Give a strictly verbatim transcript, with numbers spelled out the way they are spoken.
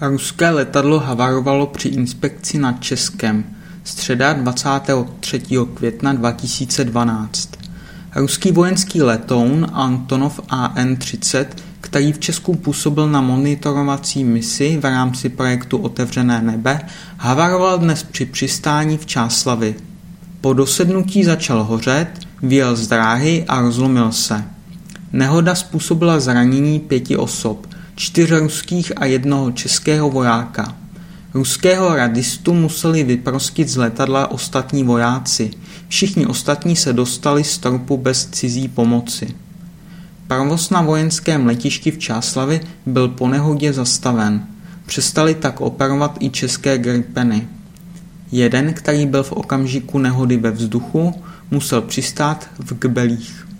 Ruské letadlo havarovalo při inspekci nad Českem. Středa dvacátého třetího května dva tisíce dvanáct. Ruský vojenský letoun Antonov A N třicet, který v Česku působil na monitorovací misi v rámci projektu Otevřené nebe, havaroval dnes při přistání v Čáslavi. Po dosednutí začal hořet, vyjel z dráhy a rozlomil se. Nehoda způsobila zranění pěti osob, čtyř ruských a jednoho českého vojáka. Ruského radistu museli vyprostit z letadla ostatní vojáci. Všichni ostatní se dostali z tropu bez cizí pomoci. Provoz na vojenském letišti v Čáslavi byl po nehodě zastaven. Přestali tak operovat i české Gripeny. Jeden, který byl v okamžiku nehody ve vzduchu, musel přistát v Kbelích.